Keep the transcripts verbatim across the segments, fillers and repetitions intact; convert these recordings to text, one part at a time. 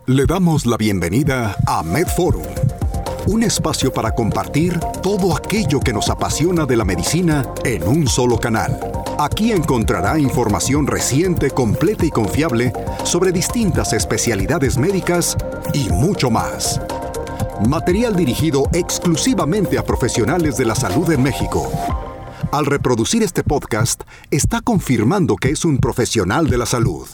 Le damos la bienvenida a MedForum, un espacio para compartir todo aquello que nos apasiona de la medicina en un solo canal. Aquí encontrará información reciente, completa y confiable sobre distintas especialidades médicas y mucho más. Material dirigido exclusivamente a profesionales de la salud en México. Al reproducir este podcast, está confirmando que es un profesional de la salud.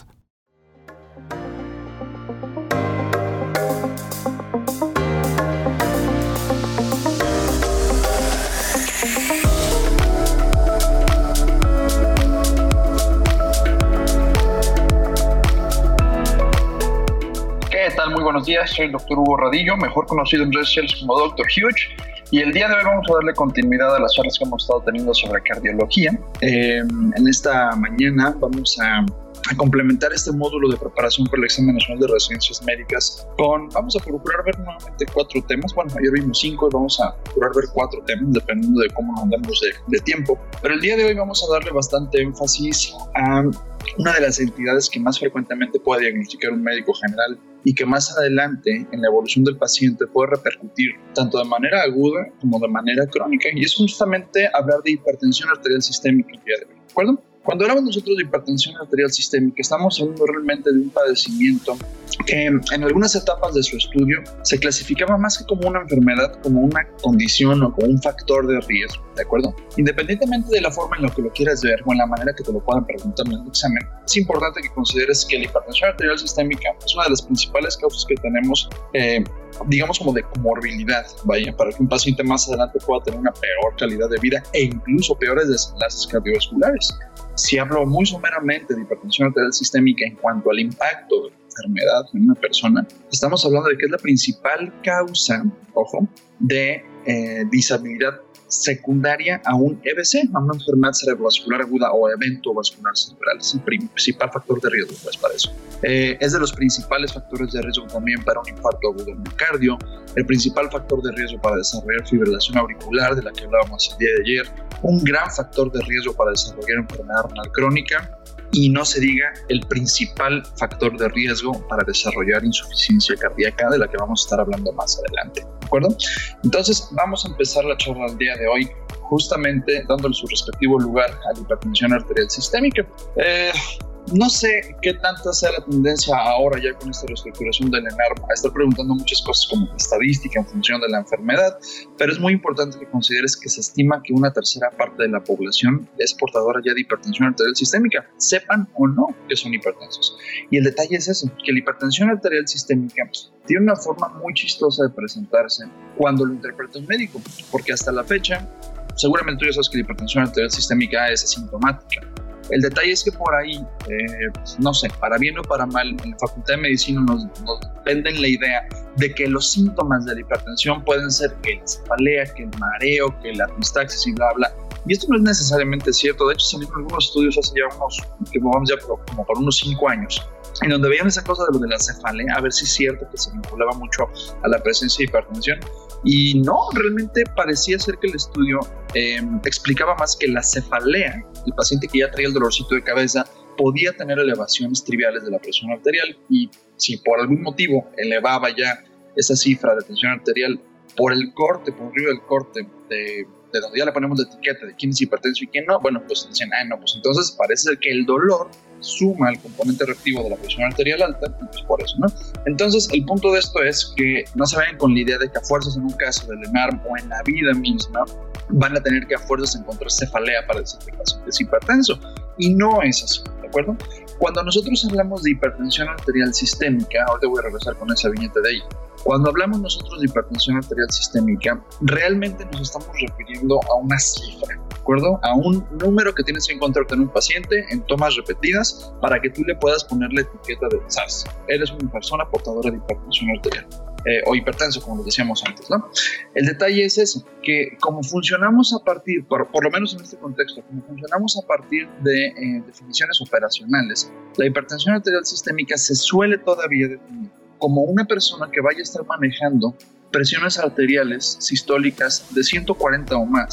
Muy buenos días, soy el doctor Hugo Radillo, mejor conocido en redes sociales como doctor Huge, y el día de hoy vamos a darle continuidad a las charlas que hemos estado teniendo sobre cardiología. Eh, en esta mañana vamos a, a complementar este módulo de preparación para el examen nacional de residencias médicas con, vamos a procurar ver nuevamente cuatro temas. Bueno, ayer vimos cinco y vamos a procurar ver cuatro temas dependiendo de cómo nos andamos de, de tiempo, pero el día de hoy vamos a darle bastante énfasis a una de las entidades que más frecuentemente puede diagnosticar un médico general y que más adelante en la evolución del paciente puede repercutir tanto de manera aguda como de manera crónica, y es justamente hablar de hipertensión arterial sistémica el día de hoy, ¿de acuerdo? Cuando hablamos nosotros de hipertensión arterial sistémica, estamos hablando realmente de un padecimiento que en algunas etapas de su estudio se clasificaba más que como una enfermedad, como una condición o como un factor de riesgo, ¿de acuerdo? Independientemente de la forma en la que lo quieras ver o en la manera que te lo puedan preguntar en el examen, es importante que consideres que la hipertensión arterial sistémica es una de las principales causas que tenemos, eh, digamos como de comorbilidad, vaya, para que un paciente más adelante pueda tener una peor calidad de vida e incluso peores desenlaces cardiovasculares. Si hablo muy someramente de hipertensión arterial sistémica en cuanto al impacto de la enfermedad en una persona, estamos hablando de que es la principal causa, ojo, de eh, disabilidad secundaria a un E B C, a una enfermedad cerebrovascular aguda o evento vascular cerebral. Es el principal factor de riesgo, pues, para eso. Eh, es de los principales factores de riesgo también para un infarto agudo del miocardio, el principal factor de riesgo para desarrollar fibrilación auricular, de la que hablábamos el día de ayer, un gran factor de riesgo para desarrollar enfermedad renal crónica, y no se diga el principal factor de riesgo para desarrollar insuficiencia cardíaca, de la que vamos a estar hablando más adelante, ¿de acuerdo? Entonces vamos a empezar la charla del día de hoy justamente dándole su respectivo lugar a la hipertensión arterial sistémica. Eh, No sé qué tanta sea la tendencia ahora ya con esta reestructuración del ENARM a estar preguntando muchas cosas como estadística en función de la enfermedad, pero es muy importante que consideres que se estima que una tercera parte de la población es portadora ya de hipertensión arterial sistémica, sepan o no que son hipertensos. Y el detalle es eso, que la hipertensión arterial sistémica tiene una forma muy chistosa de presentarse cuando lo interpreta un médico, porque hasta la fecha, seguramente tú ya sabes que la hipertensión arterial sistémica es asintomática. El detalle es que por ahí, eh, pues no sé, para bien o para mal, en la Facultad de Medicina nos, nos venden la idea de que los síntomas de la hipertensión pueden ser que la cefalea, que el mareo, que la atistaxis y bla, bla. Y esto no es necesariamente cierto. De hecho, salieron algunos estudios hace ya unos, que vamos ya por, como por unos cinco años, en donde veían esa cosa de lo de la cefalea, a ver si es cierto que se vinculaba mucho a la presencia de hipertensión. Y no, realmente parecía ser que el estudio eh, explicaba más que la cefalea, el paciente que ya traía el dolorcito de cabeza, podía tener elevaciones triviales de la presión arterial, y si por algún motivo elevaba ya esa cifra de tensión arterial por el corte, por arriba del corte de, de donde ya le ponemos la etiqueta de quién es hipertenso y quién no, bueno, pues decían, ah, no, pues entonces parece ser que el dolor suma al componente reactivo de la presión arterial alta, y pues por eso, ¿no? Entonces, el punto de esto es que no se vayan con la idea de que a fuerzas en un caso del ENARM o en la vida misma van a tener que a fuerzas encontrar cefalea para decir que el paciente es hipertenso, y no es así, ¿de acuerdo? Cuando nosotros hablamos de hipertensión arterial sistémica, ahorita voy a regresar con esa viñeta de ahí. Cuando hablamos nosotros de hipertensión arterial sistémica, realmente nos estamos refiriendo a una cifra, ¿de acuerdo? A un número que tienes que encontrarte en un paciente en tomas repetidas para que tú le puedas poner la etiqueta de, sabes, eres una persona portadora de hipertensión arterial. Eh, o hipertenso, como lo decíamos antes, ¿no? El detalle es eso, que como funcionamos a partir, por, por lo menos en este contexto, como funcionamos a partir de eh, definiciones operacionales, la hipertensión arterial sistémica se suele todavía definir como una persona que vaya a estar manejando presiones arteriales sistólicas de ciento cuarenta o más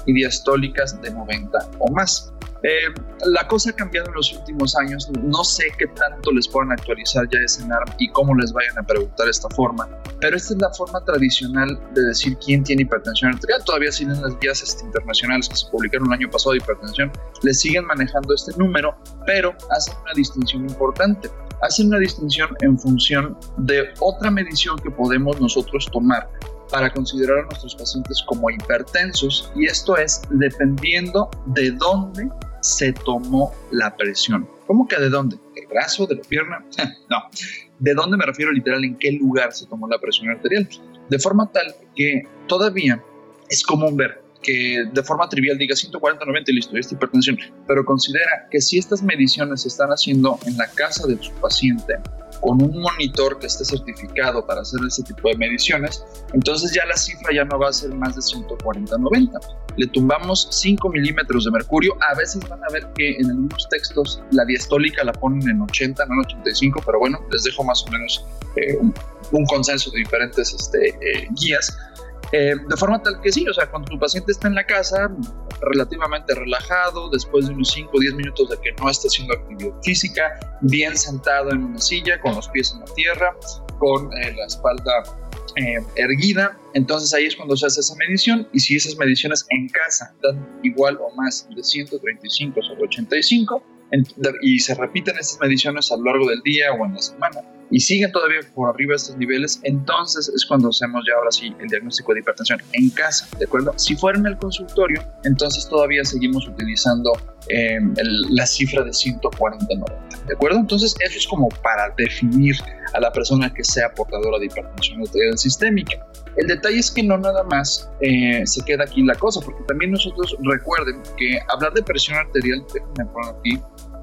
y diastólicas de noventa o más. Eh, la cosa ha cambiado en los últimos años, no sé qué tanto les puedan actualizar ya ese NARM y cómo les vayan a preguntar esta forma, pero esta es la forma tradicional de decir quién tiene hipertensión arterial. Todavía siguen las guías este, internacionales que se publicaron el año pasado de hipertensión, les siguen manejando este número, pero hacen una distinción importante. Hacen una distinción en función de otra medición que podemos nosotros tomar para considerar a nuestros pacientes como hipertensos, y esto es dependiendo de dónde se tomó la presión. ¿Cómo que de dónde? ¿El brazo? ¿De la pierna? No. ¿De dónde me refiero literal? ¿En qué lugar se tomó la presión arterial? De forma tal que todavía es común ver que de forma trivial diga ciento cuarenta noventa y listo, esta hipertensión, pero considera que si estas mediciones se están haciendo en la casa de su paciente con un monitor que esté certificado para hacer ese tipo de mediciones, entonces ya la cifra ya no va a ser más de ciento cuarenta noventa. Le tumbamos cinco milímetros de mercurio. A veces van a ver que en algunos textos la diastólica la ponen en ochenta, no en ochenta y cinco, pero bueno, les dejo más o menos eh, un, un consenso de diferentes este, eh, guías. Eh, de forma tal que sí, o sea, cuando tu paciente está en la casa relativamente relajado, después de unos cinco o diez minutos de que no esté haciendo actividad física, bien sentado en una silla, con los pies en la tierra, con eh, la espalda eh, erguida, entonces ahí es cuando se hace esa medición, y si esas mediciones en casa dan igual o más de ciento treinta y cinco sobre ochenta y cinco, en, y se repiten estas mediciones a lo largo del día o en la semana, y siguen todavía por arriba de estos niveles, entonces es cuando hacemos ya ahora sí el diagnóstico de hipertensión en casa, ¿de acuerdo? Si fuera en el consultorio, entonces todavía seguimos utilizando eh, el, la cifra de ciento cuarenta noventa, ¿de acuerdo? Entonces eso es como para definir a la persona que sea portadora de hipertensión arterial sistémica. El detalle es que no nada más eh, se queda aquí la cosa, porque también nosotros recuerden que hablar de presión arterial, déjenme poner aquí,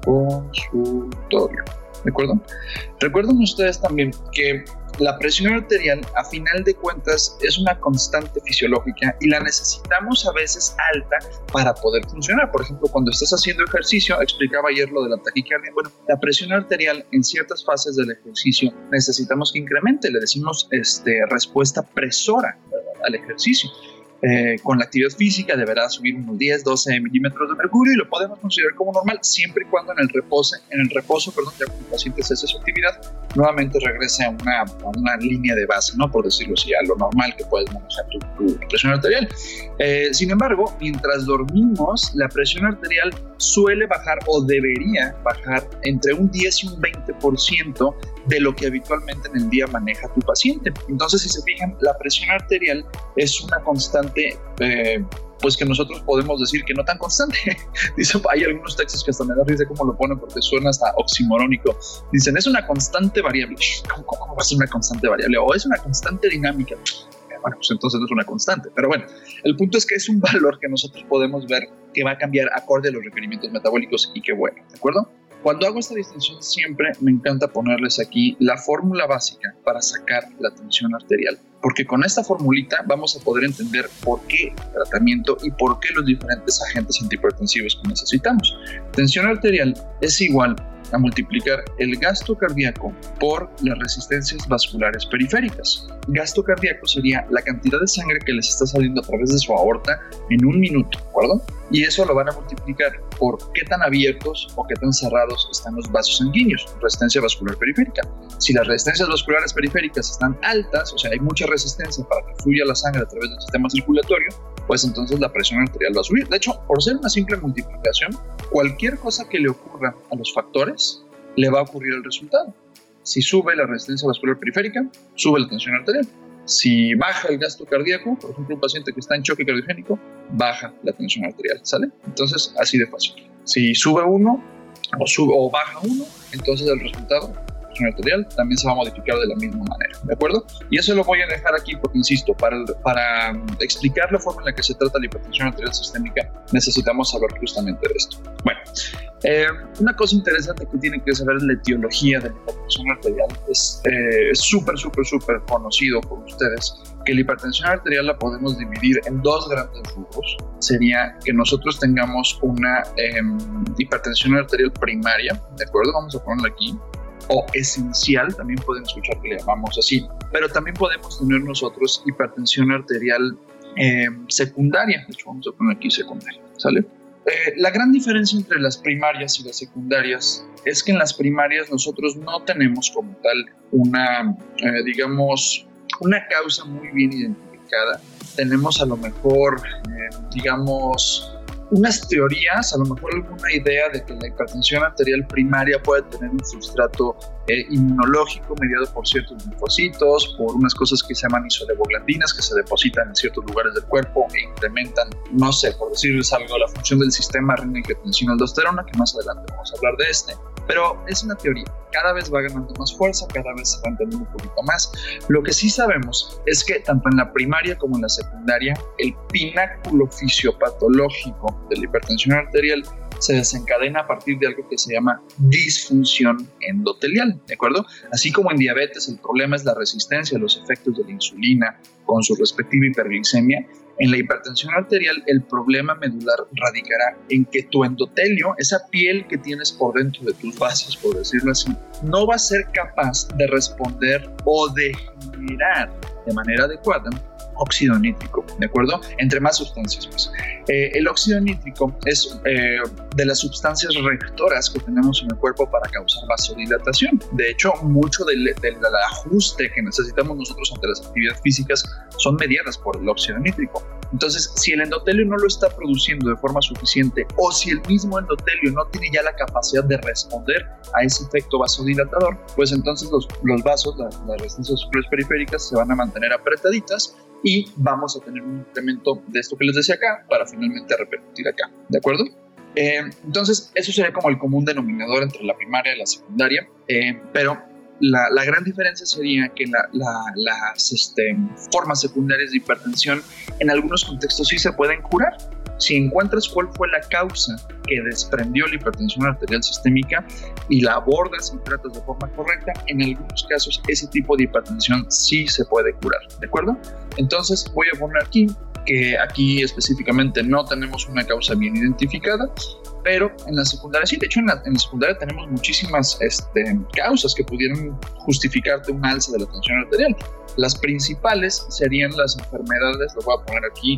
consultorio. ¿De acuerdo? Recuerden ustedes también que la presión arterial, a final de cuentas, es una constante fisiológica y la necesitamos a veces alta para poder funcionar. Por ejemplo, cuando estás haciendo ejercicio, explicaba ayer lo de la taquicardia. Bueno, la presión arterial en ciertas fases del ejercicio necesitamos que incremente. Le decimos este, respuesta presora, ¿verdad?, al ejercicio. Eh, con la actividad física deberá subir unos diez, doce milímetros de mercurio y lo podemos considerar como normal siempre y cuando en el reposo, en el reposo, perdón, ya cuando el paciente cese su actividad, nuevamente regrese a una, a una línea de base, ¿no? Por decirlo así, a lo normal que puedes manejar tu, tu presión arterial. Eh, sin embargo, mientras dormimos, la presión arterial suele bajar o debería bajar entre un diez y un veinte por ciento de lo que habitualmente en el día maneja tu paciente. Entonces, si se fijan, la presión arterial es una constante, eh, pues que nosotros podemos decir que no tan constante. Dicen, hay algunos textos que hasta me da risa cómo lo ponen porque suena hasta oximorónico. Dicen, es una constante variable. ¿Cómo, cómo va a ser una constante variable? O es una constante dinámica. Bueno, pues entonces no es una constante. Pero bueno, el punto es que es un valor que nosotros podemos ver que va a cambiar acorde a los requerimientos metabólicos y qué bueno, ¿de acuerdo? Cuando hago esta distinción siempre me encanta ponerles aquí la fórmula básica para sacar la tensión arterial, porque con esta formulita vamos a poder entender por qué el tratamiento y por qué los diferentes agentes antihipertensivos que necesitamos. Tensión arterial es igual a multiplicar el gasto cardíaco por las resistencias vasculares periféricas. Gasto cardíaco sería la cantidad de sangre que les está saliendo a través de su aorta en un minuto, ¿de acuerdo? Y eso lo van a multiplicar por qué tan abiertos o qué tan cerrados están los vasos sanguíneos, resistencia vascular periférica. Si las resistencias vasculares periféricas están altas, o sea, hay mucha resistencia para que fluya la sangre a través del sistema circulatorio, pues entonces la presión arterial va a subir. De hecho, por ser una simple multiplicación, cualquier cosa que le ocurra a los factores, le va a ocurrir el resultado. Si sube la resistencia vascular periférica, sube la tensión arterial. Si baja el gasto cardíaco, por ejemplo, un paciente que está en choque cardiogénico, baja la tensión arterial, ¿sale? Entonces, así de fácil. Si sube uno o, sube, o baja uno, entonces el resultado, la tensión arterial, también se va a modificar de la misma manera, ¿de acuerdo? Y eso lo voy a dejar aquí porque, insisto, para, para explicar la forma en la que se trata la hipertensión arterial sistémica, necesitamos saber justamente de esto. Bueno, eh, una cosa interesante que tienen que saber es la etiología de la hipertensión arterial. Es súper, súper, súper conocido por ustedes que la hipertensión arterial la podemos dividir en dos grandes rubros. Sería que nosotros tengamos una eh, hipertensión arterial primaria, ¿de acuerdo? Vamos a ponerla aquí. O esencial, también pueden escuchar que le llamamos así. Pero también podemos tener nosotros hipertensión arterial eh, secundaria. De hecho, vamos a poner aquí secundaria, ¿sale? Eh, la gran diferencia entre las primarias y las secundarias es que en las primarias nosotros no tenemos como tal una, eh, digamos, una causa muy bien identificada. Tenemos a lo mejor, eh, digamos, unas teorías, a lo mejor alguna idea de que la hipertensión arterial primaria puede tener un sustrato eh, inmunológico mediado por ciertos linfocitos, por unas cosas que se llaman isolevoglandinas que se depositan en ciertos lugares del cuerpo e incrementan, no sé, por decirles algo, la función del sistema renina-angiotensina-aldosterona, que más adelante vamos a hablar de este. Pero es una teoría, cada vez va ganando más fuerza, cada vez se va entendiendo un poquito más. Lo que sí sabemos es que tanto en la primaria como en la secundaria, el pináculo fisiopatológico de la hipertensión arterial se desencadena a partir de algo que se llama disfunción endotelial, ¿de acuerdo? Así como en diabetes el problema es la resistencia a los efectos de la insulina con su respectiva hiperglicemia, en la hipertensión arterial el problema medular radicará en que tu endotelio, esa piel que tienes por dentro de tus vasos, por decirlo así, no va a ser capaz de responder o de generar de manera adecuada óxido nítrico, ¿de acuerdo? Entre más sustancias, pues. Eh, el óxido nítrico es eh, de las sustancias rectoras que tenemos en el cuerpo para causar vasodilatación. De hecho, mucho del, del, del ajuste que necesitamos nosotros ante las actividades físicas son mediadas por el óxido nítrico. Entonces, si el endotelio no lo está produciendo de forma suficiente o si el mismo endotelio no tiene ya la capacidad de responder a ese efecto vasodilatador, pues entonces los, los vasos, las, las resistencias vasculares periféricas se van a mantener apretaditas y vamos a tener un incremento de esto que les decía acá para finalmente repercutir acá, ¿de acuerdo? Eh, entonces, eso sería como el común denominador entre la primaria y la secundaria, eh, pero la, la gran diferencia sería que la, la, las este, formas secundarias de hipertensión en algunos contextos sí se pueden curar. Si encuentras cuál fue la causa que desprendió la hipertensión arterial sistémica y la abordas y tratas de forma correcta, en algunos casos ese tipo de hipertensión sí se puede curar, ¿de acuerdo? Entonces voy a poner aquí que aquí específicamente no tenemos una causa bien identificada, pero en la secundaria sí. De hecho, en la, en la secundaria tenemos muchísimas este, causas que pudieran justificarte una alza de la tensión arterial. Las principales serían las enfermedades, lo voy a poner aquí,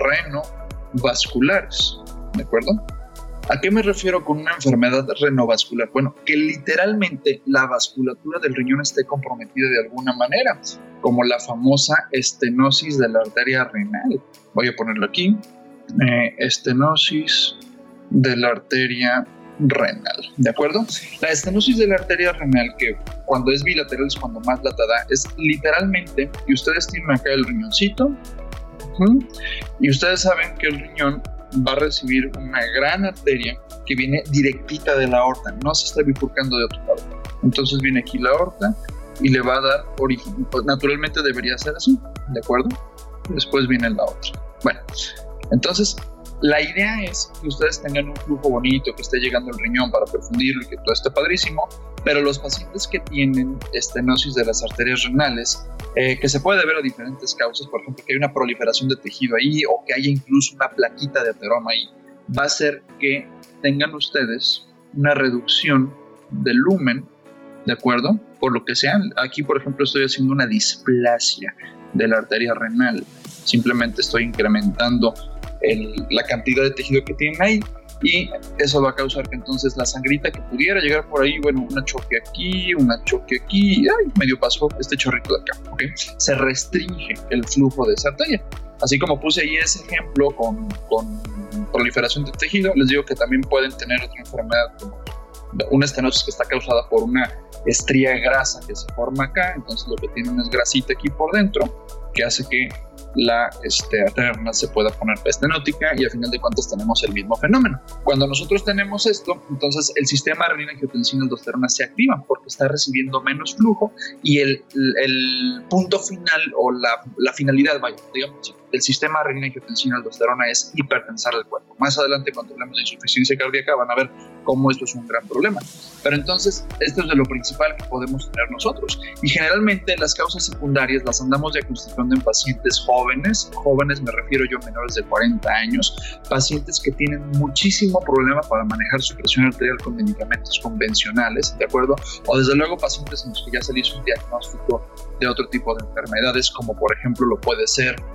renovasculares, ¿de acuerdo? ¿A qué me refiero con una enfermedad renovascular? Bueno, que literalmente la vasculatura del riñón esté comprometida de alguna manera, como la famosa estenosis de la arteria renal. Voy a ponerlo aquí, eh, estenosis de la arteria renal, ¿de acuerdo? La estenosis de la arteria renal, que cuando es bilateral es cuando más lata da, es literalmente, y ustedes tienen acá el riñoncito, uh-huh, y ustedes saben que el riñón va a recibir una gran arteria que viene directita de la aorta, no se está bifurcando de otro lado. Entonces viene aquí la aorta y le va a dar origen, pues naturalmente debería ser así, ¿de acuerdo? Después viene la otra. Bueno, entonces la idea es que ustedes tengan un flujo bonito, que esté llegando al riñón para perfundirlo y que todo esté padrísimo, pero los pacientes que tienen estenosis de las arterias renales, eh, que se puede deber a diferentes causas, por ejemplo, que hay una proliferación de tejido ahí o que haya incluso una plaquita de ateroma ahí, va a hacer que tengan ustedes una reducción del lumen, ¿de acuerdo? Por lo que sea, aquí por ejemplo estoy haciendo una displasia de la arteria renal, simplemente estoy incrementando el, la cantidad de tejido que tienen ahí y eso va a causar que entonces la sangrita que pudiera llegar por ahí, bueno, una choque aquí, una choque aquí, ay, medio pasó este chorrito de acá, ¿ok? Se restringe el flujo de esa arteria. Así como puse ahí ese ejemplo con, con proliferación de tejido, les digo que también pueden tener otra enfermedad como una estenosis que está causada por una estría grasa que se forma acá, entonces lo que tienen es grasita aquí por dentro, que hace que la este, arteria renal se pueda poner estenótica y a final de cuentas tenemos el mismo fenómeno. Cuando nosotros tenemos esto, entonces el sistema renina-angiotensina-aldosterona se activa porque está recibiendo menos flujo y el, el punto final o la, la finalidad, vaya, digamos, del sistema renina-angiotensina-aldosterona es hipertensar el cuerpo. Más adelante, cuando hablemos de insuficiencia cardíaca, van a ver cómo esto es un gran problema. Pero entonces, esto es de lo principal que podemos tener nosotros. Y generalmente las causas secundarias las andamos diagnosticando en pacientes jóvenes. Jóvenes me refiero yo a menores de cuarenta años. Pacientes que tienen muchísimo problema para manejar su presión arterial con medicamentos convencionales, ¿de acuerdo? O desde luego pacientes en los que ya se le hizo un diagnóstico de otro tipo de enfermedades, como por ejemplo lo puede ser eh,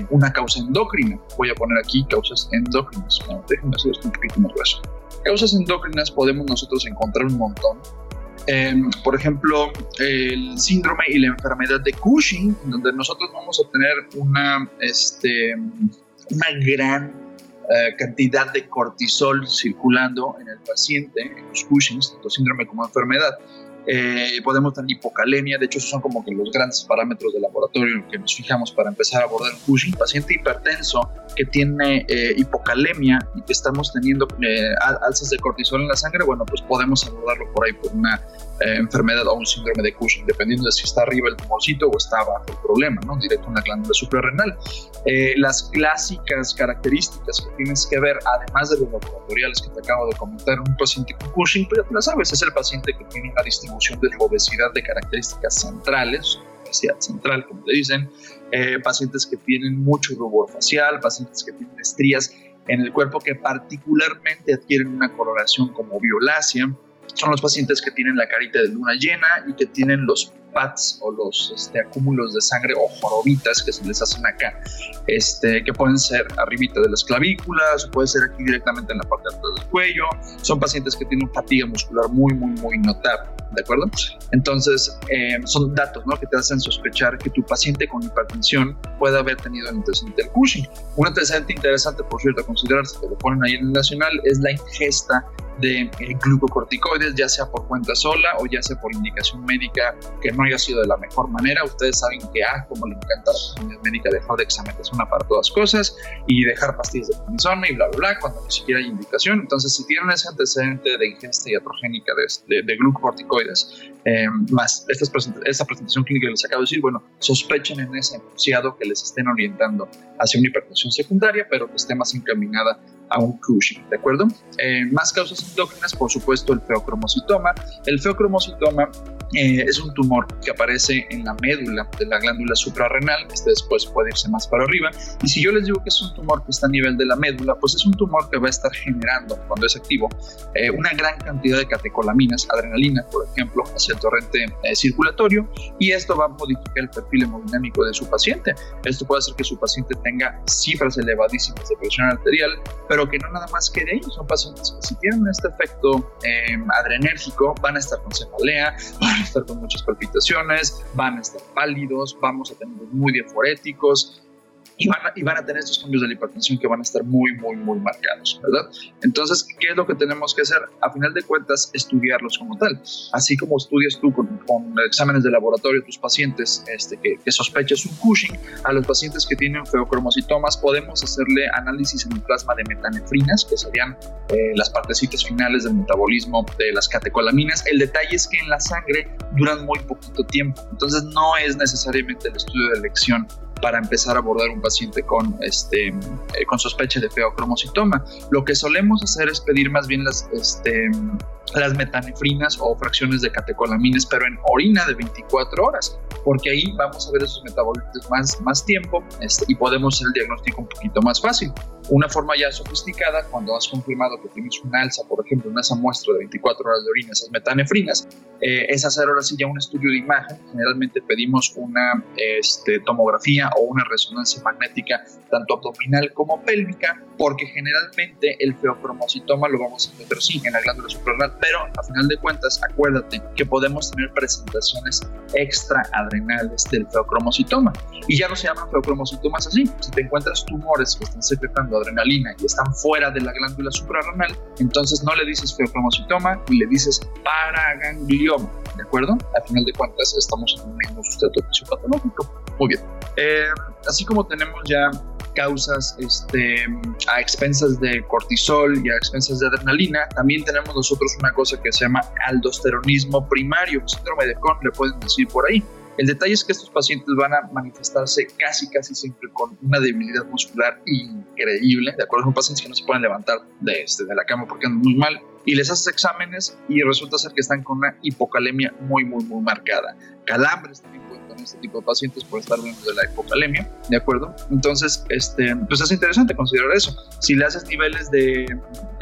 eh, una causa endocrina. Voy a poner aquí causas endócrinas. No, déjenme hacer esto un poquito más grueso. Causas endócrinas podemos nosotros encontrar un montón. Eh, por ejemplo, el síndrome y la enfermedad de Cushing, donde nosotros vamos a tener una, este, una gran Uh, cantidad de cortisol circulando en el paciente, en los Cushings, tanto síndrome como enfermedad. Eh, podemos tener hipocalemia, de hecho esos son como que los grandes parámetros de laboratorio que nos fijamos para empezar a abordar un Cushing. Paciente hipertenso que tiene eh, hipocalemia y que estamos teniendo eh, alzas de cortisol en la sangre, bueno, pues podemos abordarlo por ahí por una eh, enfermedad o un síndrome de Cushing, dependiendo de si está arriba el tumorcito o está abajo el problema, ¿no? Directo en la glándula suprarrenal. Eh, las clásicas características que tienes que ver, además de los laboratoriales que te acabo de comentar, un paciente con Cushing, pero ya tú lo sabes, es el paciente que tiene una distribución de la obesidad de características centrales, obesidad central, como le dicen, eh, pacientes que tienen mucho rubor facial, pacientes que tienen estrías en el cuerpo que particularmente adquieren una coloración como violácea. Son los pacientes que tienen la carita de luna llena y que tienen los pads o los este, acúmulos de sangre o jorobitas que se les hacen acá, este, que pueden ser arribita de las clavículas o puede ser aquí directamente en la parte de atrás del cuello. Son pacientes que tienen fatiga muscular muy, muy, muy notable, ¿de acuerdo? Entonces, eh, son datos, ¿no?, que te hacen sospechar que tu paciente con hipertensión puede haber tenido el antecedente del Cushing. Un antecedente interesante, por cierto, a considerarse, que lo ponen ahí en el nacional, es la ingesta de eh, glucocorticoides, ya sea por cuenta sola o ya sea por indicación médica que no haya sido de la mejor manera. Ustedes saben que, ah, como le encanta a la comunidad médica dejar dexametasona para todas cosas y dejar pastillas de prednisona y bla, bla, bla, cuando ni siquiera hay indicación. Entonces, si tienen ese antecedente de ingesta iatrogénica de, de, de glucocorticoides, eh, más esta, esta presentación clínica que les acabo de decir, bueno, sospechen en ese enunciado que les estén orientando hacia una hipertensión secundaria, pero que esté más encaminada a un Cushing, ¿de acuerdo? Eh, más causas endócrinas, por supuesto, el feocromocitoma. El feocromocitoma eh, es un tumor que aparece en la médula de la glándula suprarrenal. Este después puede irse más para arriba. Y si yo les digo que es un tumor que está a nivel de la médula, pues es un tumor que va a estar generando, cuando es activo, eh, una gran cantidad de catecolaminas, adrenalina, por ejemplo, hacia el torrente eh, circulatorio, y esto va a modificar el perfil hemodinámico de su paciente. Esto puede hacer que su paciente tenga cifras elevadísimas de presión arterial, pero que no nada más quede ahí. Son pacientes que si tienen este efecto eh, adrenérgico van a estar con cefalea, van a estar con muchas palpitaciones, van a estar pálidos, vamos a tener muy diaforéticos y van, a, y van a tener estos cambios de la hipertensión que van a estar muy, muy, muy marcados, ¿verdad? Entonces, ¿qué es lo que tenemos que hacer? A final de cuentas, estudiarlos como tal. Así como estudias tú con, con exámenes de laboratorio a tus pacientes este, que, que sospeches un Cushing, a los pacientes que tienen feocromocitomas podemos hacerle análisis en el plasma de metanefrinas, que serían eh, las partecitas finales del metabolismo de las catecolaminas. El detalle es que en la sangre duran muy poquito tiempo, entonces no es necesariamente el estudio de elección para empezar a abordar un paciente con, este, eh, con sospecha de feocromocitoma. Lo que solemos hacer es pedir más bien las, este, las metanefrinas o fracciones de catecolaminas, pero en orina de veinticuatro horas, porque ahí vamos a ver esos metabolitos más, más tiempo este, y podemos hacer el diagnóstico un poquito más fácil. Una forma ya sofisticada, cuando has confirmado que tienes un alza, por ejemplo, en esa muestra de veinticuatro horas de orina, esas metanefrinas, eh, es hacer ahora sí ya un estudio de imagen. Generalmente pedimos una este, tomografía o una resonancia magnética, tanto abdominal como pélvica, porque generalmente el feocromocitoma lo vamos a encontrar sí en la glándula suprarrenal, pero a final de cuentas, acuérdate que podemos tener presentaciones extraadrenales del feocromocitoma, y ya no se llaman feocromocitomas así. Si te encuentras tumores que están secretando adrenalina y están fuera de la glándula suprarrenal, entonces no le dices feocromocitoma y le dices paraganglioma, ¿de acuerdo? A final de cuentas estamos en un mismo sustrato fisiopatológico. Muy bien. Eh, así como tenemos ya causas este, a expensas de cortisol y a expensas de adrenalina, también tenemos nosotros una cosa que se llama aldosteronismo primario, síndrome de Cohn, le pueden decir por ahí. El detalle es que estos pacientes van a manifestarse casi casi siempre con una debilidad muscular increíble, ¿de acuerdo? Son pacientes que no se pueden levantar de, este, de la cama porque andan muy mal, y les haces exámenes y resulta ser que están con una hipocalemia muy, muy, muy marcada. Calambres también pueden tener este tipo de pacientes por estar dentro de la hipocalemia, ¿de acuerdo? Entonces, este, pues es interesante considerar eso. Si le haces niveles de,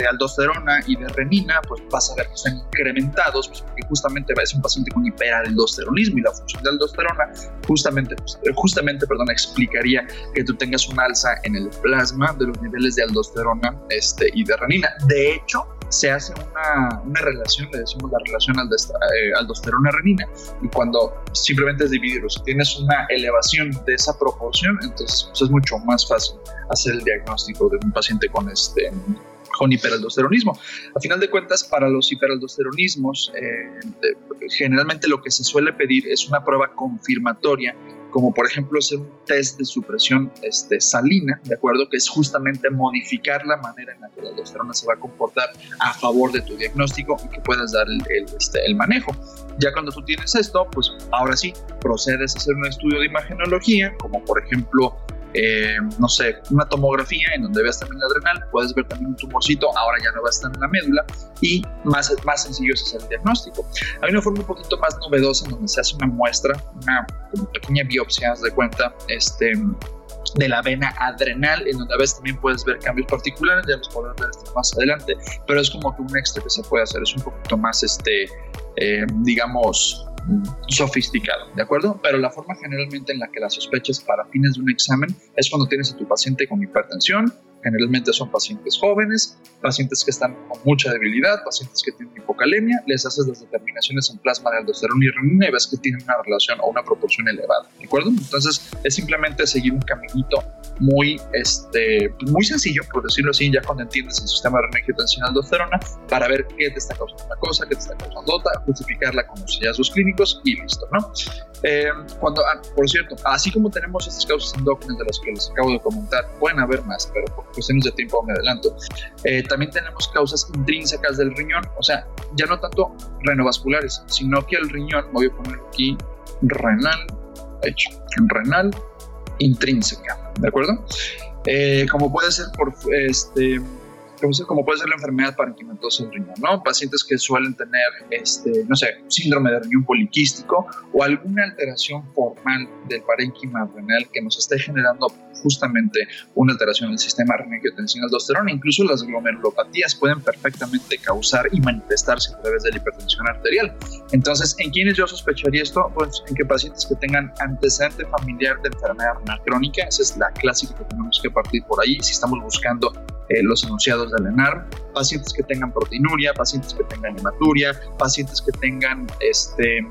de aldosterona y de renina, pues vas a ver que están incrementados, pues porque justamente es un paciente con hiperaldosteronismo y la función de aldosterona justamente, pues, justamente perdón, explicaría que tú tengas un alza en el plasma de los niveles de aldosterona este, y de renina. De hecho, se hace una, una relación, le decimos la relación eh, aldosterona-renina, y cuando simplemente es dividirlo, si tienes una elevación de esa proporción, entonces pues, es mucho más fácil hacer el diagnóstico de un paciente con este con hiperaldosteronismo. A final de cuentas, para los hiperaldosteronismos, eh, de, generalmente lo que se suele pedir es una prueba confirmatoria, como por ejemplo hacer un test de supresión este, salina, ¿de acuerdo? Que es justamente modificar la manera en la que la aldosterona se va a comportar a favor de tu diagnóstico y que puedas dar el, el, este, el manejo. Ya cuando tú tienes esto, pues ahora sí, procedes a hacer un estudio de imagenología, como por ejemplo, eh, no sé, una tomografía en donde veas también la adrenal, puedes ver también un tumorcito, ahora ya no va a estar en la médula, y más, más sencillo es hacer el diagnóstico. Hay una forma un poquito más novedosa en donde se hace una muestra, una como pequeña biopsia, haz de cuenta, este, de la vena adrenal, en donde a veces también puedes ver cambios particulares, ya los podrás ver más adelante, pero es como que un extra que se puede hacer, es un poquito más, este, eh, digamos, sofisticado, ¿de acuerdo? Pero la forma generalmente en la que la sospechas para fines de un examen es cuando tienes a tu paciente con hipertensión. Generalmente son pacientes jóvenes, pacientes que están con mucha debilidad, pacientes que tienen hipocalemia, les haces las determinaciones en plasma de aldosterona y renina y ves que tienen una relación o una proporción elevada, ¿de acuerdo? Entonces es simplemente seguir un caminito muy, este, muy sencillo, por decirlo así, ya cuando entiendes el sistema de renina, angiotensina, aldosterona, para ver qué te está causando una cosa, qué te está causando otra, justificarla con los hallazgos clínicos y listo, ¿no? Eh, cuando, ah, por cierto, así como tenemos estas causas endócrinas de las que les acabo de comentar, pueden haber más, pero por cuestiones de tiempo me adelanto. Eh, también tenemos causas intrínsecas del riñón, o sea, ya no tanto renovasculares, sino que el riñón, voy a poner aquí, renal, hecho, renal intrínseca, ¿de acuerdo? Eh, como puede ser por este... como puede ser la enfermedad parenquimatosa del riñón, ¿no? Pacientes que suelen tener, este, no sé, síndrome de riñón poliquístico o alguna alteración formal del parénquima renal que nos esté generando justamente una alteración del sistema renina-angiotensina aldosterona. Incluso las glomerulopatías pueden perfectamente causar y manifestarse a través de la hipertensión arterial. Entonces, ¿en quiénes yo sospecharía esto? Pues en que pacientes que tengan antecedente familiar de enfermedad renal crónica, esa es la clásica que tenemos que partir por ahí si estamos buscando eh, los enunciados del ENARM, pacientes que tengan proteinuria, pacientes que tengan hematuria, pacientes que tengan este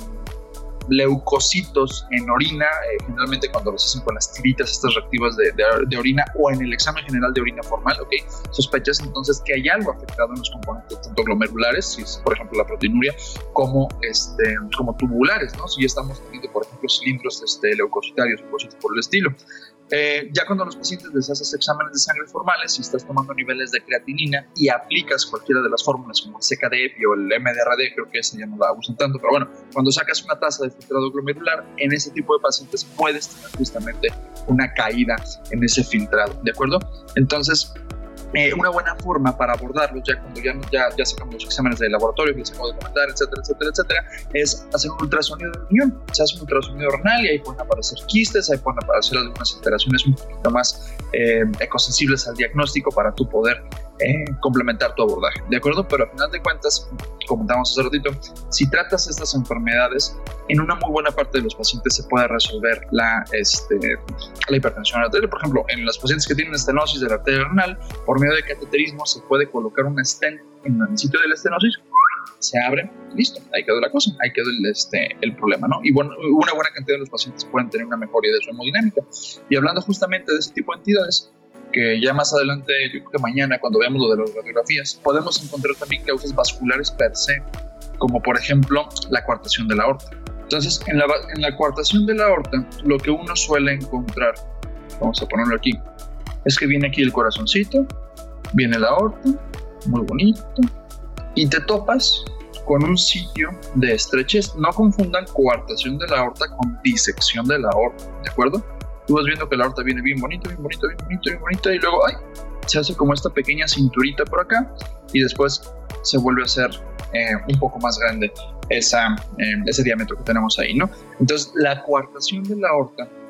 leucocitos en orina, eh, generalmente cuando los hacen con las tiritas estas reactivas de, de, de orina o en el examen general de orina formal, ¿ok? Sospechas entonces que hay algo afectado en los componentes tanto glomerulares, si es por ejemplo la proteinuria, como, este, como tubulares, ¿no? Si ya estamos teniendo por ejemplo cilindros este, leucocitarios o cosas por el estilo. Eh, ya cuando a los pacientes les haces exámenes de sangre formales, si estás tomando niveles de creatinina y aplicas cualquiera de las fórmulas como el C K D E P I o el M D R D, creo que ese ya no la usan tanto, pero bueno, cuando sacas una tasa de filtrado glomerular, en ese tipo de pacientes puedes tener justamente una caída en ese filtrado, ¿de acuerdo? Entonces, Eh, una buena forma para abordarlos ya cuando ya, ya, ya sacamos los exámenes de laboratorio que les acabo de comentar, etcétera, etcétera, etcétera, es hacer un ultrasonido del riñón. Se hace un ultrasonido renal y ahí pueden aparecer quistes, ahí pueden aparecer algunas alteraciones un poquito más eh, ecosensibles al diagnóstico para tú poder eh, complementar tu abordaje, ¿de acuerdo? Pero al final de cuentas, comentamos hace ratito, si tratas estas enfermedades, en una muy buena parte de los pacientes se puede resolver la, este, la hipertensión arterial. Por ejemplo, en los pacientes que tienen estenosis de la arteria renal, por medio de cateterismo se puede colocar un stent en el sitio de la estenosis, se abre, listo, ahí quedó la cosa, ahí quedó el, este, el problema, ¿no? Y bueno, una buena cantidad de los pacientes pueden tener una mejoría de su hemodinámica. Y hablando justamente de ese tipo de entidades, que ya más adelante, yo creo que mañana, cuando veamos lo de las radiografías, podemos encontrar también causas vasculares per se, como por ejemplo la coartación de la aorta. Entonces, en la, en la coartación de la aorta, lo que uno suele encontrar, vamos a ponerlo aquí, es que viene aquí el corazoncito, viene la aorta, muy bonito, y te topas con un sitio de estrechez. No confundan coartación de la aorta con disección de la aorta, ¿de acuerdo? Tú vas viendo que la aorta viene bien bonito, bien bonito, bien bonito, bien bonito, y luego ay, se hace como esta pequeña cinturita por acá, y después se vuelve a hacer eh, un poco más grande esa, eh, ese diámetro que tenemos ahí, ¿no? Entonces, la coartación de la aorta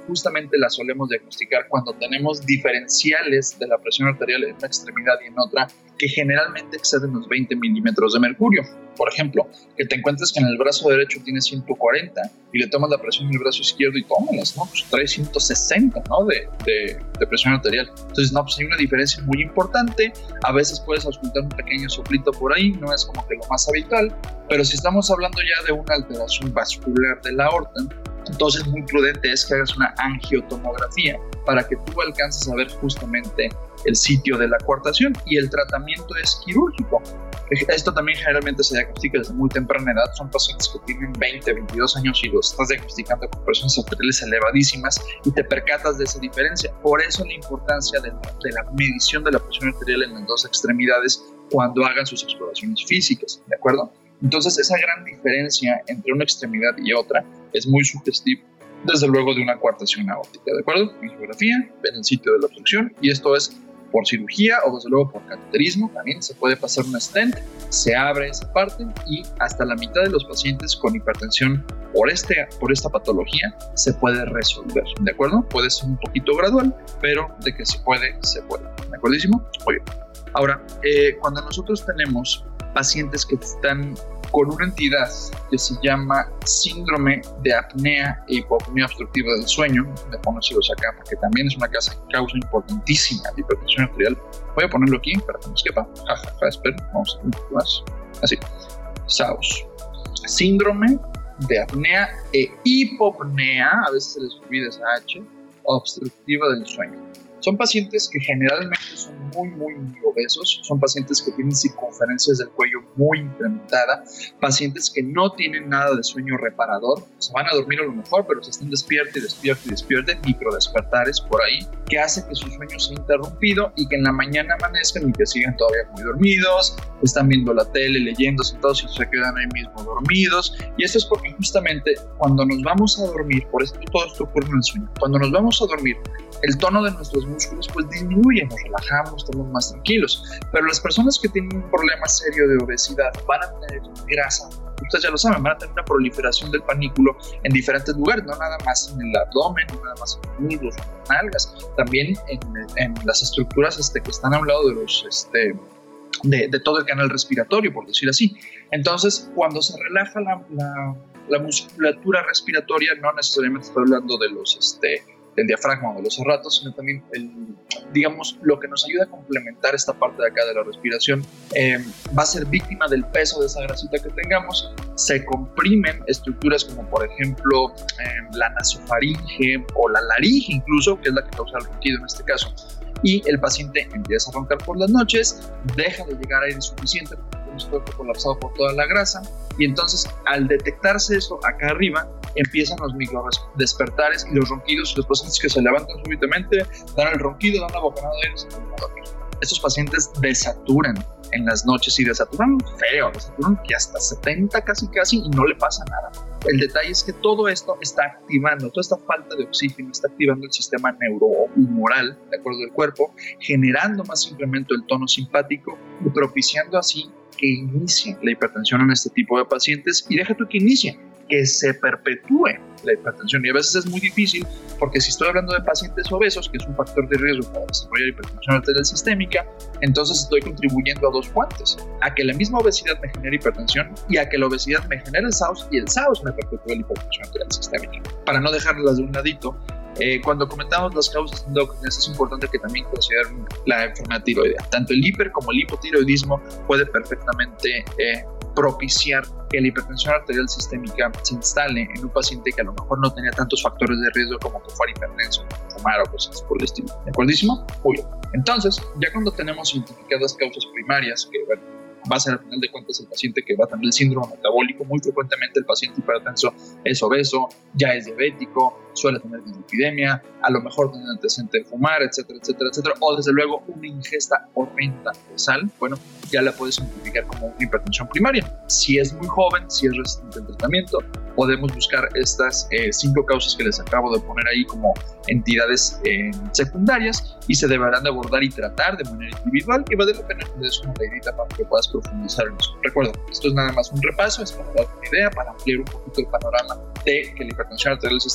justamente la solemos diagnosticar cuando tenemos diferenciales de la presión arterial en una extremidad y en otra que generalmente exceden los veinte milímetros de mercurio. Por ejemplo, que te encuentres que en el brazo derecho tienes ciento cuarenta y le tomas la presión en el brazo izquierdo y tómalas, ¿no? Pues trae ciento sesenta, ¿no? De, de, de presión arterial. Entonces, no, pues hay una diferencia muy importante. A veces puedes auscultar un pequeño soplito por ahí, no es como que lo más habitual, pero si estamos hablando ya de una alteración vascular de la aorta, entonces muy prudente es que hagas una angiotomografía para que tú alcances a ver justamente el sitio de la coartación, y el tratamiento es quirúrgico. Esto también generalmente se diagnostica desde muy temprana edad. Son pacientes que tienen veinte, veintidós años y los estás diagnosticando con presiones arteriales elevadísimas y te percatas de esa diferencia. Por eso la importancia de la, de la medición de la presión arterial en las dos extremidades cuando hagan sus exploraciones físicas, ¿de acuerdo? Entonces, esa gran diferencia entre una extremidad y otra es muy sugestiva, desde luego, de una coartación aórtica, ¿de acuerdo? Angiografía, ven el sitio de la obstrucción, y esto es por cirugía o desde luego por cateterismo. También se puede pasar un stent, se abre esa parte y hasta la mitad de los pacientes con hipertensión por, este, por esta patología se puede resolver, ¿de acuerdo? Puede ser un poquito gradual, pero de que se puede, se puede, ¿de acuerdísimo? Muy bien. Ahora, eh, cuando nosotros tenemos pacientes que están con una entidad que se llama síndrome de apnea e hipopnea obstructiva del sueño, le pongo así acá porque también es una causa, causa importantísima de hipertensión arterial. Voy a ponerlo aquí para que nos quepa. Jajaja, ja, ja, esperen, vamos a hacer un poco más. Así, S A U S. Síndrome de apnea e hipopnea, a veces se les olvida esa H, obstructiva del sueño. Son pacientes que generalmente son muy, muy, muy obesos, son pacientes que tienen circunferencias del cuello muy incrementada, pacientes que no tienen nada de sueño reparador, se van a dormir a lo mejor, pero se están despiertos y despiertos y despiertos, microdespertares por ahí, que hace que su sueño sea interrumpido y que en la mañana amanezcan y que sigan todavía muy dormidos, están viendo la tele, leyendo, sentados y se quedan ahí mismo dormidos. Y esto es porque justamente cuando nos vamos a dormir, por eso todo esto ocurre en el sueño, cuando nos vamos a dormir, el tono de nuestros músculos pues disminuye, nos relajamos, estamos más tranquilos. Pero las personas que tienen un problema serio de obesidad van a tener grasa, ustedes ya lo saben, van a tener una proliferación del panículo en diferentes lugares, no nada más en el abdomen, no nada más en los muslos, en las nalgas, también en, en las estructuras este, que están a un lado de los... Este, De, de todo el canal respiratorio, por decir así. Entonces, cuando se relaja la, la, la musculatura respiratoria, no necesariamente estoy hablando de los, este, del diafragma o de los serratos, sino también, el, digamos, lo que nos ayuda a complementar esta parte de acá de la respiración, eh, va a ser víctima del peso de esa grasita que tengamos. Se comprimen estructuras como, por ejemplo, eh, la nasofaringe o la laringe incluso, que es la que causa el ronquido en este caso. Y el paciente empieza a roncar por las noches, deja de llegar aire suficiente porque tiene su cuerpo colapsado por toda la grasa, y entonces al detectarse eso acá arriba empiezan los micro despertares y los ronquidos, y los pacientes que se levantan súbitamente dan el ronquido, dan la bocanada de aire y se ponen a dormir. Estos pacientes desaturan en las noches y desaturan feo, desaturan que hasta setenta casi casi y no le pasa nada. El detalle es que todo esto está activando, toda esta falta de oxígeno está activando el sistema neurohumoral, de acuerdo del cuerpo, generando más incremento del tono simpático y propiciando así que inicie la hipertensión en este tipo de pacientes. Y deja tú que inicie, que se perpetúe la hipertensión. Y a veces es muy difícil porque si estoy hablando de pacientes obesos, que es un factor de riesgo para desarrollar hipertensión arterial sistémica, entonces estoy contribuyendo a dos fuentes: a que la misma obesidad me genere hipertensión y a que la obesidad me genere el S A U S y el S A U S me perpetúe la hipertensión arterial sistémica. Para no dejarlas de un ladito, eh, cuando comentamos las causas endócrinas es importante que también consideren la enfermedad tiroidea. Tanto el hiper como el hipotiroidismo puede perfectamente eh, propiciar que la hipertensión arterial sistémica se instale en un paciente que a lo mejor no tenía tantos factores de riesgo como que fuera hipertenso, fumar o cosas por el estilo. ¿De acuerdísimo? Muy bien. Entonces, ya cuando tenemos identificadas causas primarias, que bueno, va a ser al final de cuentas el paciente que va a tener el síndrome metabólico, muy frecuentemente el paciente hipertenso es obeso, ya es diabético, suele tener dislipidemia, a lo mejor tiene antecedente de fumar, etcétera, etcétera, etcétera, o desde luego una ingesta horrenda de sal, bueno, ya la puedes identificar como una hipertensión primaria. Si es muy joven, si es resistente al tratamiento, podemos buscar estas eh, cinco causas que les acabo de poner ahí como entidades eh, secundarias y se deberán de abordar y tratar de manera individual, y vale la pena que le des una leidita para que puedas profundizar en eso. Recuerda, esto es nada más un repaso, es para dar una idea, para ampliar un poquito el panorama de que la hipertensión arterial sistémica no es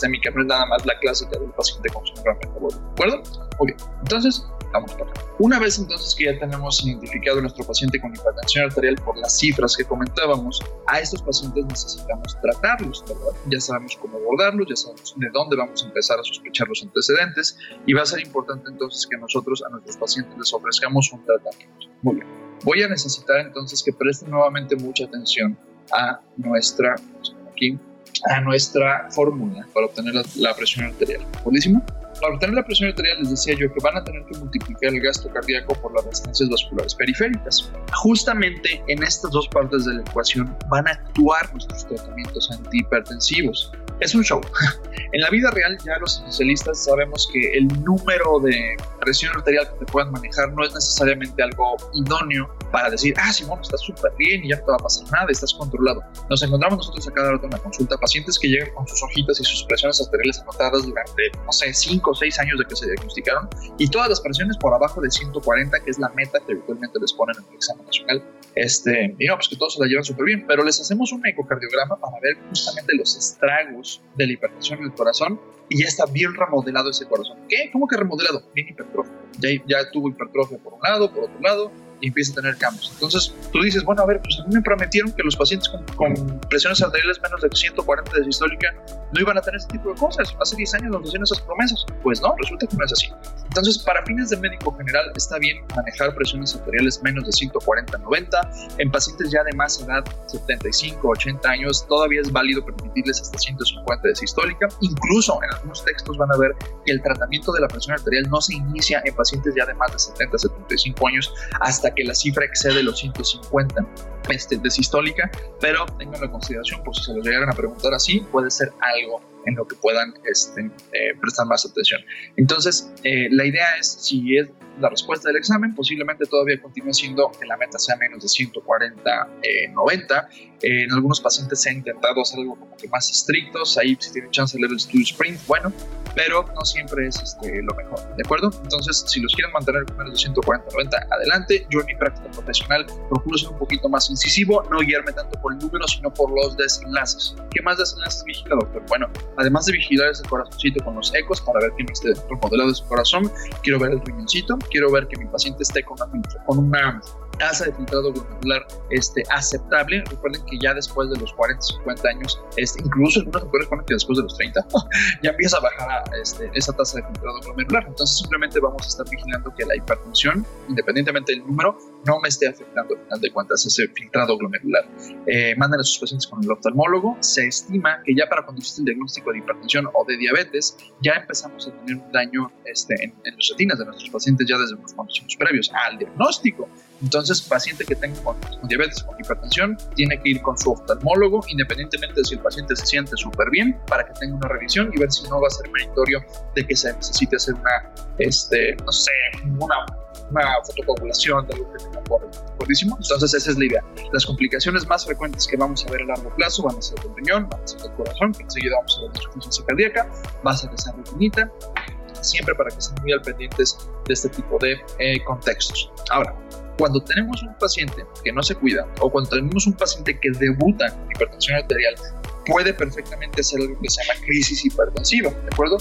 es nada más la clásica del paciente con síndrome metabólico, ¿de acuerdo? Muy bien, entonces vamos para acá. Una vez entonces que ya tenemos identificado a nuestro paciente con hipertensión arterial por las cifras que comentábamos, a estos pacientes necesitamos tratarlos, ¿verdad? Ya sabemos cómo abordarlos, ya sabemos de dónde vamos a empezar a sospechar los antecedentes y va a ser importante entonces que nosotros a nuestros pacientes les ofrezcamos un tratamiento. Muy bien. Voy a necesitar entonces que presten nuevamente mucha atención a nuestra, aquí, a nuestra fórmula para obtener la, la presión arterial. ¿Buenísimo? Para obtener la presión arterial les decía yo que van a tener que multiplicar el gasto cardíaco por las resistencias vasculares periféricas. Justamente en estas dos partes de la ecuación van a actuar nuestros tratamientos antihipertensivos. Es un show. En la vida real ya los especialistas sabemos que el número de presión arterial que te puedan manejar no es necesariamente algo idóneo para decir, ah, Simón, estás súper bien y ya no te va a pasar nada, estás controlado. Nos encontramos nosotros a cada rato en la consulta pacientes que llegan con sus hojitas y sus presiones arteriales anotadas durante, no sé, cinco o seis años de que se diagnosticaron y todas las presiones por abajo de ciento cuarenta, que es la meta que habitualmente les ponen en el examen nacional. Este, y no, pues que todos se la llevan súper bien, pero les hacemos un ecocardiograma para ver justamente los estragos de la hipertensión en el corazón y ya está bien remodelado ese corazón. ¿Qué? ¿Cómo que remodelado? Bien hipertrófico. Ya, ya tuvo hipertrofia por un lado, por otro lado, y empieza a tener cambios. Entonces tú dices, bueno, a ver, pues a mí me prometieron que los pacientes con, con presiones arteriales menos de ciento cuarenta de sistólica no iban a tener este tipo de cosas. Hace diez años nos hacían esas promesas. Pues no, resulta que no es así. Entonces, para fines de médico general, está bien manejar presiones arteriales menos de ciento cuarenta a noventa. En pacientes ya de más edad, setenta y cinco, ochenta años, todavía es válido permitirles hasta ciento cincuenta de sistólica. Incluso en algunos textos van a ver que el tratamiento de la presión arterial no se inicia en pacientes ya de más de setenta, setenta y cinco años hasta que la cifra excede los ciento cincuenta este, de sistólica, pero tenganlo en consideración por si se los llegaran a preguntar así, puede ser algo en lo que puedan este, eh, prestar más atención. Entonces, eh, la idea es, si es la respuesta del examen, posiblemente todavía continúe siendo que la meta sea menos de ciento cuarenta, noventa. Eh, en algunos pacientes se ha intentado hacer algo como que más estrictos, ahí si tienen chance de leer el estudio Sprint, bueno, pero no siempre es este, lo mejor, ¿de acuerdo? Entonces, si los quieren mantener con menos de ciento cuarenta, noventa, adelante. Yo en mi práctica profesional procuro ser un poquito más incisivo, no guiarme tanto por el número, sino por los desenlaces. ¿Qué más desenlaces vigila, doctor? Bueno, además de vigilar ese corazoncito con los ecos para ver que no esté remodelado su corazón, quiero ver el riñoncito, quiero ver que mi paciente esté con una, con una tasa de filtrado glomerular este, aceptable. Recuerden que ya después de los cuarenta, cincuenta años, este, incluso algunos doctores ponen que después de los treinta, ya empieza a bajar a, este, esa tasa de filtrado glomerular. Entonces simplemente vamos a estar vigilando que la hipertensión, independientemente del número, no me esté afectando al final de cuentas ese filtrado glomerular. Eh, mandan a sus pacientes con el oftalmólogo. Se estima que ya para cuando existe el diagnóstico de hipertensión o de diabetes, ya empezamos a tener un daño este, en, en las retinas de nuestros pacientes ya desde unos cuantos años previos al diagnóstico. Entonces, paciente que tenga con, con diabetes, con hipertensión, tiene que ir con su oftalmólogo, independientemente de si el paciente se siente súper bien, para que tenga una revisión y ver si no va a ser meritorio de que se necesite hacer una, este, no sé, una, una fotocoagulación de algo que tenga gordísimo. Entonces, esa es la idea. Las complicaciones más frecuentes que vamos a ver a largo plazo van a ser el riñón, van a ser el corazón, que enseguida vamos a ver la insuficiencia cardíaca, va a ser esa retinita, siempre para que estén muy al pendientes de este tipo de eh, contextos. Ahora, cuando tenemos un paciente que no se cuida o cuando tenemos un paciente que debuta en hipertensión arterial, puede perfectamente ser algo que se llama crisis hipertensiva, ¿de acuerdo?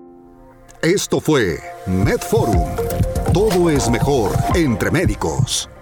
Esto fue MedForum. Todo es mejor entre médicos.